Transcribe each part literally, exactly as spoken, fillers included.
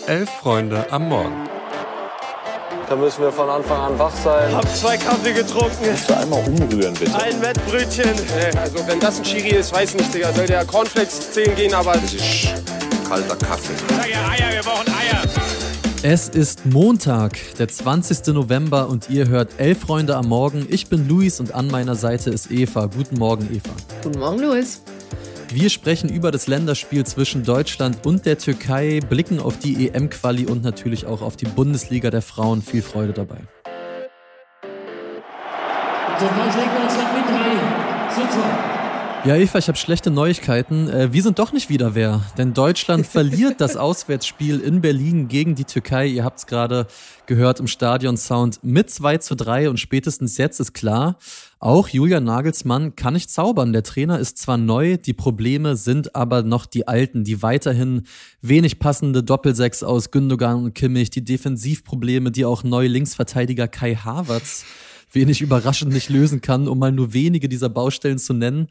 Elf Freunde am Morgen. Da müssen wir von Anfang an wach sein. Hab zwei Kaffee getrunken. Kannst du einmal umrühren, bitte? Ein Wettbrötchen. Nee, also wenn das ein Schiri ist, weiß nicht, Digga. Soll der Cornflakes zählen gehen, aber... Das ist kalter Kaffee. Sag ja Eier, wir brauchen Eier. Es ist Montag, der zwanzigsten November und ihr hört Elf Freunde am Morgen. Ich bin Luis und an meiner Seite ist Eva. Guten Morgen, Eva. Guten Morgen, Luis. Wir sprechen über das Länderspiel zwischen Deutschland und der Türkei, blicken auf die E M-Quali und natürlich auch auf die Bundesliga der Frauen. Viel Freude dabei. Ja, Eva, ich habe schlechte Neuigkeiten. Wir sind doch nicht wieder wer, denn Deutschland verliert das Auswärtsspiel in Berlin gegen die Türkei. Ihr habt es gerade gehört im Stadion-Sound mit zwei zu drei und spätestens jetzt ist klar, auch Julian Nagelsmann kann nicht zaubern. Der Trainer ist zwar neu, die Probleme sind aber noch die alten, die weiterhin wenig passende Doppelsechs aus Gündogan und Kimmich, die Defensivprobleme, die auch neu Linksverteidiger Kai Havertz wenig überraschend nicht lösen kann, um mal nur wenige dieser Baustellen zu nennen.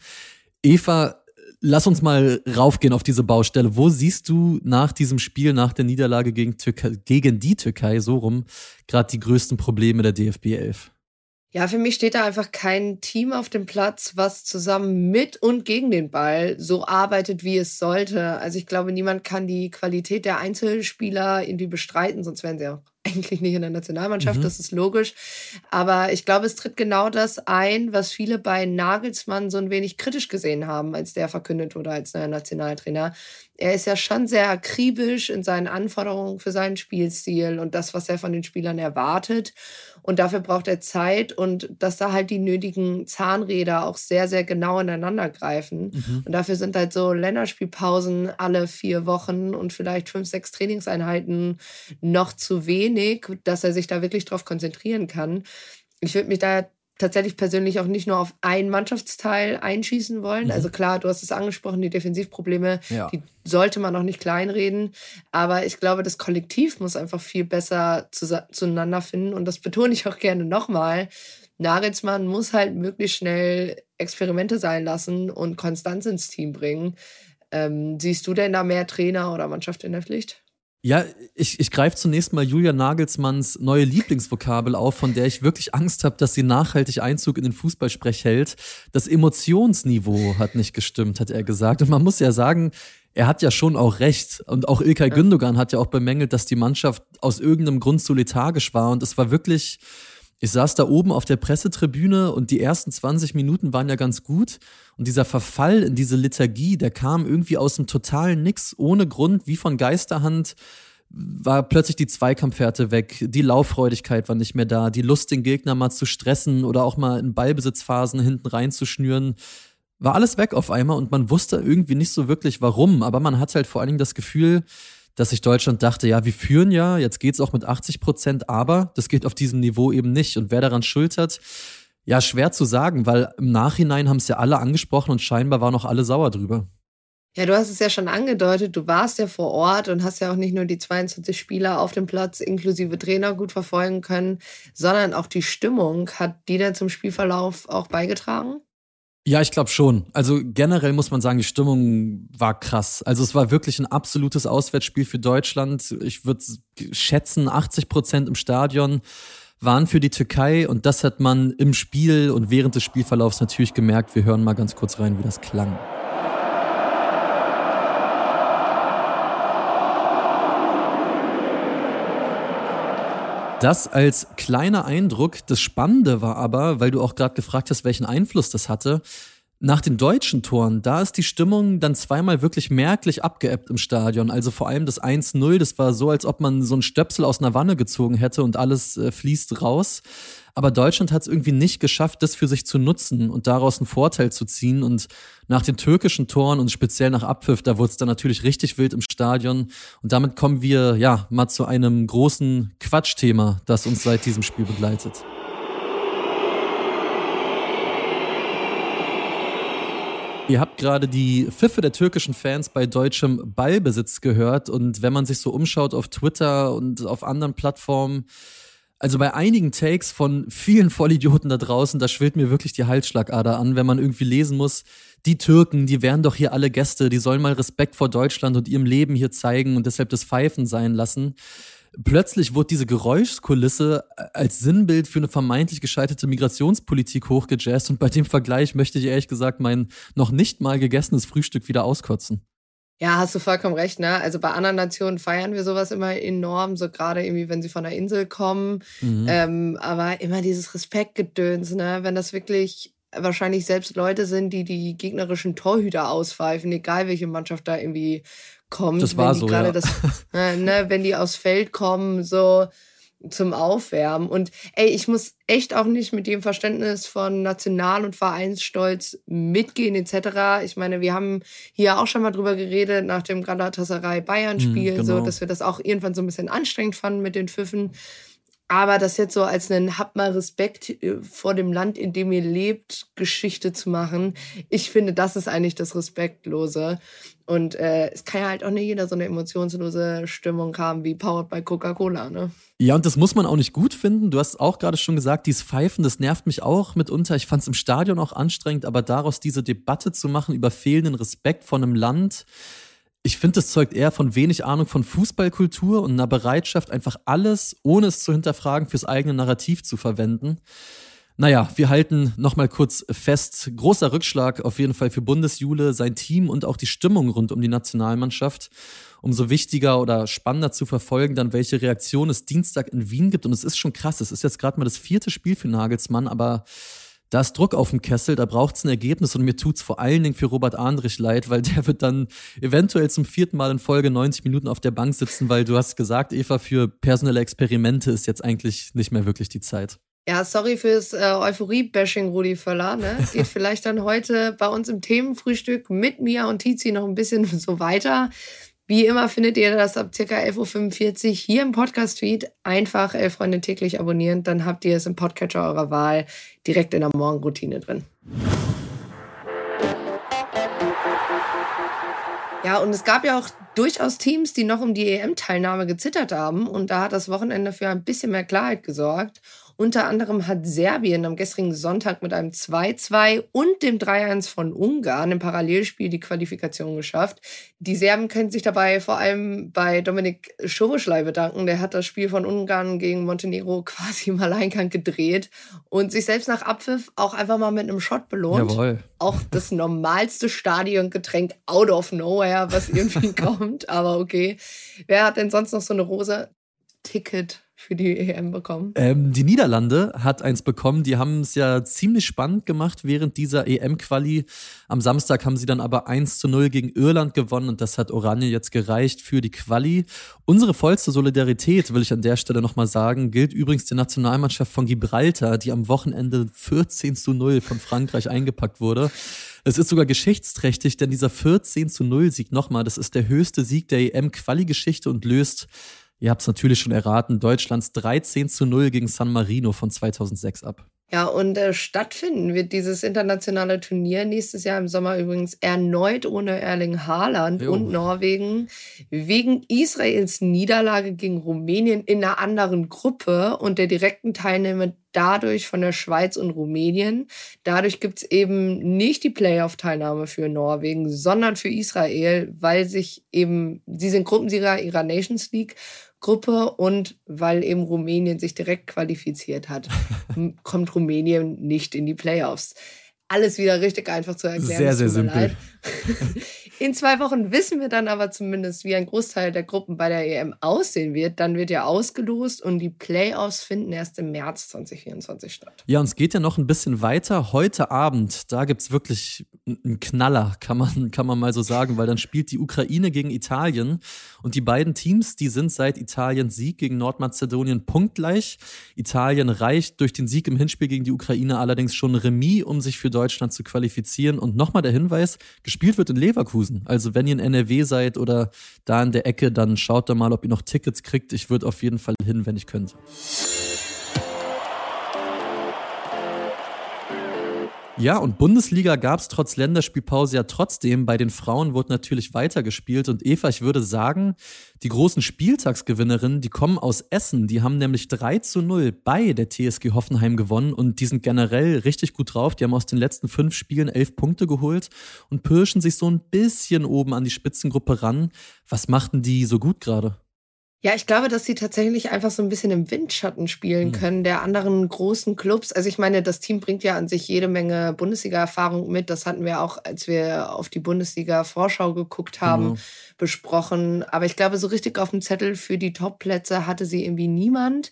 Eva, lass uns mal raufgehen auf diese Baustelle. Wo siehst du nach diesem Spiel, nach der Niederlage gegen, Türkei, gegen die Türkei, so rum, gerade die größten Probleme der D F B elf? Ja, für mich steht da einfach kein Team auf dem Platz, was zusammen mit und gegen den Ball so arbeitet, wie es sollte. Also ich glaube, niemand kann die Qualität der Einzelspieler irgendwie bestreiten, sonst wären sie auch eigentlich nicht in der Nationalmannschaft, mhm. Das ist logisch. Aber ich glaube, es tritt genau das ein, was viele bei Nagelsmann so ein wenig kritisch gesehen haben, als der verkündet wurde als neuer Nationaltrainer. Er ist ja schon sehr akribisch in seinen Anforderungen für seinen Spielstil und das, was er von den Spielern erwartet. Und dafür braucht er Zeit und dass da halt die nötigen Zahnräder auch sehr, sehr genau ineinander greifen. Mhm. Und dafür sind halt so Länderspielpausen alle vier Wochen und vielleicht fünf, sechs Trainingseinheiten noch zu wenig, dass er sich da wirklich drauf konzentrieren kann. Ich würde mich da tatsächlich persönlich auch nicht nur auf einen Mannschaftsteil einschießen wollen. Mhm. Also klar, du hast es angesprochen, die Defensivprobleme, ja. Die sollte man auch nicht kleinreden. Aber ich glaube, das Kollektiv muss einfach viel besser zu, zueinander finden. Und das betone ich auch gerne nochmal. Nagelsmann muss halt möglichst schnell Experimente sein lassen und Konstanz ins Team bringen. Ähm, siehst du denn da mehr Trainer oder Mannschaft in der Pflicht? Ja, ich, ich greife zunächst mal Julian Nagelsmanns neue Lieblingsvokabel auf, von der ich wirklich Angst habe, dass sie nachhaltig Einzug in den Fußballsprech hält. Das Emotionsniveau hat nicht gestimmt, hat er gesagt. Und man muss ja sagen, er hat ja schon auch recht. Und auch Ilkay ja. Gündogan hat ja auch bemängelt, dass die Mannschaft aus irgendeinem Grund so lethargisch war. Und es war wirklich... Ich saß da oben auf der Pressetribüne und die ersten zwanzig Minuten waren ja ganz gut. Und dieser Verfall in diese Lethargie, der kam irgendwie aus dem totalen Nix, ohne Grund, wie von Geisterhand, war plötzlich die Zweikampfhärte weg, die Lauffreudigkeit war nicht mehr da, die Lust, den Gegner mal zu stressen oder auch mal in Ballbesitzphasen hinten reinzuschnüren, war alles weg auf einmal und man wusste irgendwie nicht so wirklich warum. Aber man hat halt vor allen Dingen das Gefühl, dass sich Deutschland dachte, ja, wir führen ja, jetzt geht's auch mit achtzig Prozent, aber das geht auf diesem Niveau eben nicht. Und wer daran schuld hat, ja, schwer zu sagen, weil im Nachhinein haben es ja alle angesprochen und scheinbar waren auch alle sauer drüber. Ja, du hast es ja schon angedeutet, du warst ja vor Ort und hast ja auch nicht nur die zweiundzwanzig Spieler auf dem Platz inklusive Trainer gut verfolgen können, sondern auch die Stimmung. Hat die denn zum Spielverlauf auch beigetragen? Ja, ich glaube schon. Also generell muss man sagen, die Stimmung war krass. Also es war wirklich ein absolutes Auswärtsspiel für Deutschland. Ich würde schätzen, achtzig Prozent im Stadion waren für die Türkei und das hat man im Spiel und während des Spielverlaufs natürlich gemerkt. Wir hören mal ganz kurz rein, wie das klang. Das als kleiner Eindruck. Das Spannende war aber, weil du auch gerade gefragt hast, welchen Einfluss das hatte, nach den deutschen Toren, da ist die Stimmung dann zweimal wirklich merklich abgeebbt im Stadion. Also vor allem das eins null, das war so, als ob man so einen Stöpsel aus einer Wanne gezogen hätte und alles äh, fließt raus. Aber Deutschland hat es irgendwie nicht geschafft, das für sich zu nutzen und daraus einen Vorteil zu ziehen. Und nach den türkischen Toren und speziell nach Abpfiff, da wurde es dann natürlich richtig wild im Stadion. Und damit kommen wir ja mal zu einem großen Quatschthema, das uns seit diesem Spiel begleitet. Ihr habt gerade die Pfiffe der türkischen Fans bei deutschem Ballbesitz gehört und wenn man sich so umschaut auf Twitter und auf anderen Plattformen, Also bei einigen Takes von vielen Vollidioten da draußen, da schwillt mir wirklich die Halsschlagader an, wenn man irgendwie lesen muss, die Türken, die wären doch hier alle Gäste, die sollen mal Respekt vor Deutschland und ihrem Leben hier zeigen und deshalb das Pfeifen sein lassen. Plötzlich wurde diese Geräuschkulisse als Sinnbild für eine vermeintlich gescheiterte Migrationspolitik hochgejazzt und bei dem Vergleich möchte ich ehrlich gesagt mein noch nicht mal gegessenes Frühstück wieder auskotzen. Ja, hast du vollkommen recht, ne? Also bei anderen Nationen feiern wir sowas immer enorm, so gerade irgendwie, wenn sie von der Insel kommen. Mhm. Ähm, aber immer dieses Respektgedöns, ne? Wenn das wirklich wahrscheinlich selbst Leute sind, die die gegnerischen Torhüter auspfeifen, egal welche Mannschaft da irgendwie kommt. Das war wenn die so, gerade ja. das, äh, ne, wenn die aufs Feld kommen, so zum Aufwärmen. Und ey, ich muss echt auch nicht mit dem Verständnis von National- und Vereinsstolz mitgehen et cetera. Ich meine, wir haben hier auch schon mal drüber geredet nach dem Galatasaray-Bayern-Spiel, mhm, genau. so, dass wir das auch irgendwann so ein bisschen anstrengend fanden mit den Pfiffen. Aber das jetzt so als einen habt mal Respekt vor dem Land, in dem ihr lebt, Geschichte zu machen, ich finde, das ist eigentlich das Respektlose. Und äh, es kann ja halt auch nicht jeder so eine emotionslose Stimmung haben wie Powered by Coca-Cola, ne? Ja, und das muss man auch nicht gut finden. Du hast auch gerade schon gesagt, dieses Pfeifen, das nervt mich auch mitunter. Ich fand es im Stadion auch anstrengend, aber daraus diese Debatte zu machen über fehlenden Respekt von einem Land, ich finde, das zeugt eher von wenig Ahnung von Fußballkultur und einer Bereitschaft, einfach alles, ohne es zu hinterfragen, fürs eigene Narrativ zu verwenden. Naja, wir halten nochmal kurz fest, großer Rückschlag auf jeden Fall für Bundesjule, sein Team und auch die Stimmung rund um die Nationalmannschaft. Umso wichtiger oder spannender zu verfolgen, dann welche Reaktion es Dienstag in Wien gibt. Und es ist schon krass, es ist jetzt gerade mal das vierte Spiel für Nagelsmann, aber da ist Druck auf dem Kessel, da braucht es ein Ergebnis und mir tut's vor allen Dingen für Robert Andrich leid, weil der wird dann eventuell zum vierten Mal in Folge neunzig Minuten auf der Bank sitzen, weil du hast gesagt, Eva, für personelle Experimente ist jetzt eigentlich nicht mehr wirklich die Zeit. Ja, sorry fürs äh, Euphorie-Bashing, Rudi Völler. Ne? Geht vielleicht dann heute bei uns im Themenfrühstück mit Mia und Tizi noch ein bisschen so weiter. Wie immer findet ihr das ab ca. elf Uhr fünfundvierzig hier im Podcast-Feed. Einfach elf Freunde täglich abonnieren, dann habt ihr es im Podcatcher eurer Wahl direkt in der Morgenroutine drin. Ja, und es gab ja auch durchaus Teams, die noch um die E M-Teilnahme gezittert haben. Und da hat das Wochenende für ein bisschen mehr Klarheit gesorgt. Unter anderem hat Serbien am gestrigen Sonntag mit einem zwei zwei und dem drei eins von Ungarn im Parallelspiel die Qualifikation geschafft. Die Serben können sich dabei vor allem bei Dominik Szoboszlai bedanken. Der hat das Spiel von Ungarn gegen Montenegro quasi im Alleingang gedreht und sich selbst nach Abpfiff auch einfach mal mit einem Shot belohnt. Jawohl. Auch das normalste Stadiongetränk out of nowhere, was irgendwie kommt. Aber okay. Wer hat denn sonst noch so eine rosa Ticket für die E M bekommen? Ähm, die Niederlande hat eins bekommen. Die haben es ja ziemlich spannend gemacht während dieser E M-Quali. Am Samstag haben sie dann aber eins zu null gegen Irland gewonnen und das hat Oranje jetzt gereicht für die Quali. Unsere vollste Solidarität, will ich an der Stelle nochmal sagen, gilt übrigens der Nationalmannschaft von Gibraltar, die am Wochenende vierzehn zu null von Frankreich eingepackt wurde. Es ist sogar geschichtsträchtig, denn dieser vierzehn zu null Sieg nochmal, das ist der höchste Sieg der E M-Quali-Geschichte und löst, ihr habt es natürlich schon erraten, Deutschlands dreizehn zu null gegen San Marino von zweitausendsechs ab. Ja, und äh, stattfinden wird dieses internationale Turnier nächstes Jahr im Sommer übrigens erneut ohne Erling Haaland jo. und Norwegen wegen Israels Niederlage gegen Rumänien in einer anderen Gruppe und der direkten Teilnahme dadurch von der Schweiz und Rumänien. Dadurch gibt's eben nicht die Playoff-Teilnahme für Norwegen, sondern für Israel, weil sich eben, sie sind Gruppensieger ihrer Nations League Gruppe und weil eben Rumänien sich direkt qualifiziert hat, kommt Rumänien nicht in die Playoffs. Alles wieder richtig einfach zu erklären. Sehr, sehr simpel. In zwei Wochen wissen wir dann aber zumindest, wie ein Großteil der Gruppen bei der E M aussehen wird. Dann wird ja ausgelost und die Playoffs finden erst im März zwanzig vierundzwanzig statt. Ja, und es geht ja noch ein bisschen weiter. Heute Abend, da gibt's wirklich einen Knaller, kann man, kann man mal so sagen, weil dann spielt die Ukraine gegen Italien und die beiden Teams, die sind seit Italiens Sieg gegen Nordmazedonien punktgleich. Italien reicht durch den Sieg im Hinspiel gegen die Ukraine allerdings schon Remis, um sich für Deutschland zu qualifizieren. Und nochmal der Hinweis, gespielt wird in Leverkusen. Also wenn ihr in N R W seid oder da in der Ecke, dann schaut da mal, ob ihr noch Tickets kriegt. Ich würde auf jeden Fall hin, wenn ich könnte. Ja, und Bundesliga gab es trotz Länderspielpause ja trotzdem. Bei den Frauen wurde natürlich weitergespielt. Und Eva, ich würde sagen, die großen Spieltagsgewinnerinnen, die kommen aus Essen. Die haben nämlich drei zu null bei der T S G Hoffenheim gewonnen. Und die sind generell richtig gut drauf. Die haben aus den letzten fünf Spielen elf Punkte geholt und pirschen sich so ein bisschen oben an die Spitzengruppe ran. Was machten die so gut gerade? Ja, ich glaube, dass sie tatsächlich einfach so ein bisschen im Windschatten spielen können der anderen großen Clubs. Also ich meine, das Team bringt ja an sich jede Menge Bundesliga-Erfahrung mit. Das hatten wir auch, als wir auf die Bundesliga-Vorschau geguckt haben, genau. besprochen. Aber ich glaube, so richtig auf dem Zettel für die Top-Plätze hatte sie irgendwie niemand.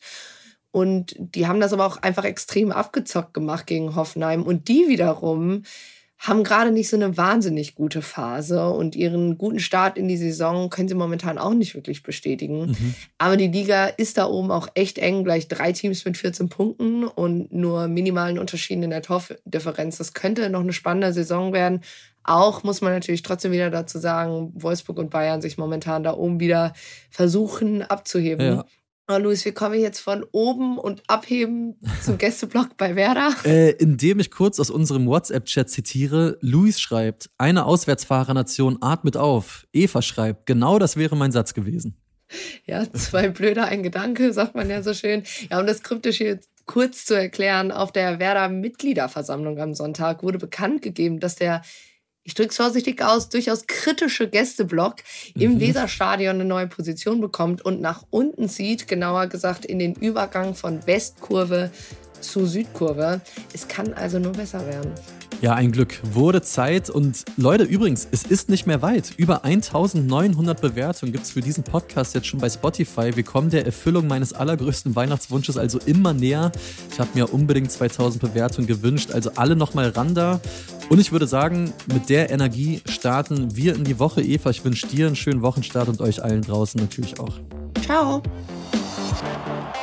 Und die haben das aber auch einfach extrem abgezockt gemacht gegen Hoffenheim. Und die wiederum haben gerade nicht so eine wahnsinnig gute Phase und ihren guten Start in die Saison können sie momentan auch nicht wirklich bestätigen. Mhm. Aber die Liga ist da oben auch echt eng, gleich drei Teams mit vierzehn Punkten und nur minimalen Unterschieden in der Tordifferenz. Das könnte noch eine spannende Saison werden. Auch muss man natürlich trotzdem wieder dazu sagen, Wolfsburg und Bayern sich momentan da oben wieder versuchen abzuheben. Ja. Oh, Luis, wie komme ich jetzt von oben und abheben zum Gästeblock bei Werder? Äh, indem ich kurz aus unserem WhatsApp-Chat zitiere. Luis schreibt, eine Auswärtsfahrernation atmet auf. Eva schreibt, genau das wäre mein Satz gewesen. Ja, zwei Blöder, ein Gedanke, sagt man ja so schön. Ja, um das kryptisch hier kurz zu erklären, auf der Werder-Mitgliederversammlung am Sonntag wurde bekannt gegeben, dass der, ich drücke es vorsichtig aus, durchaus kritische Gästeblock im mhm. Weserstadion eine neue Position bekommt und nach unten zieht, genauer gesagt in den Übergang von Westkurve zu Südkurve. Es kann also nur besser werden. Ja, ein Glück. Wurde Zeit. Und Leute, übrigens, es ist nicht mehr weit. Über eintausendneunhundert Bewertungen gibt es für diesen Podcast jetzt schon bei Spotify. Wir kommen der Erfüllung meines allergrößten Weihnachtswunsches also immer näher. Ich habe mir unbedingt zweitausend Bewertungen gewünscht. Also alle nochmal ran da. Und ich würde sagen, mit der Energie starten wir in die Woche. Eva, ich wünsche dir einen schönen Wochenstart und euch allen draußen natürlich auch. Ciao.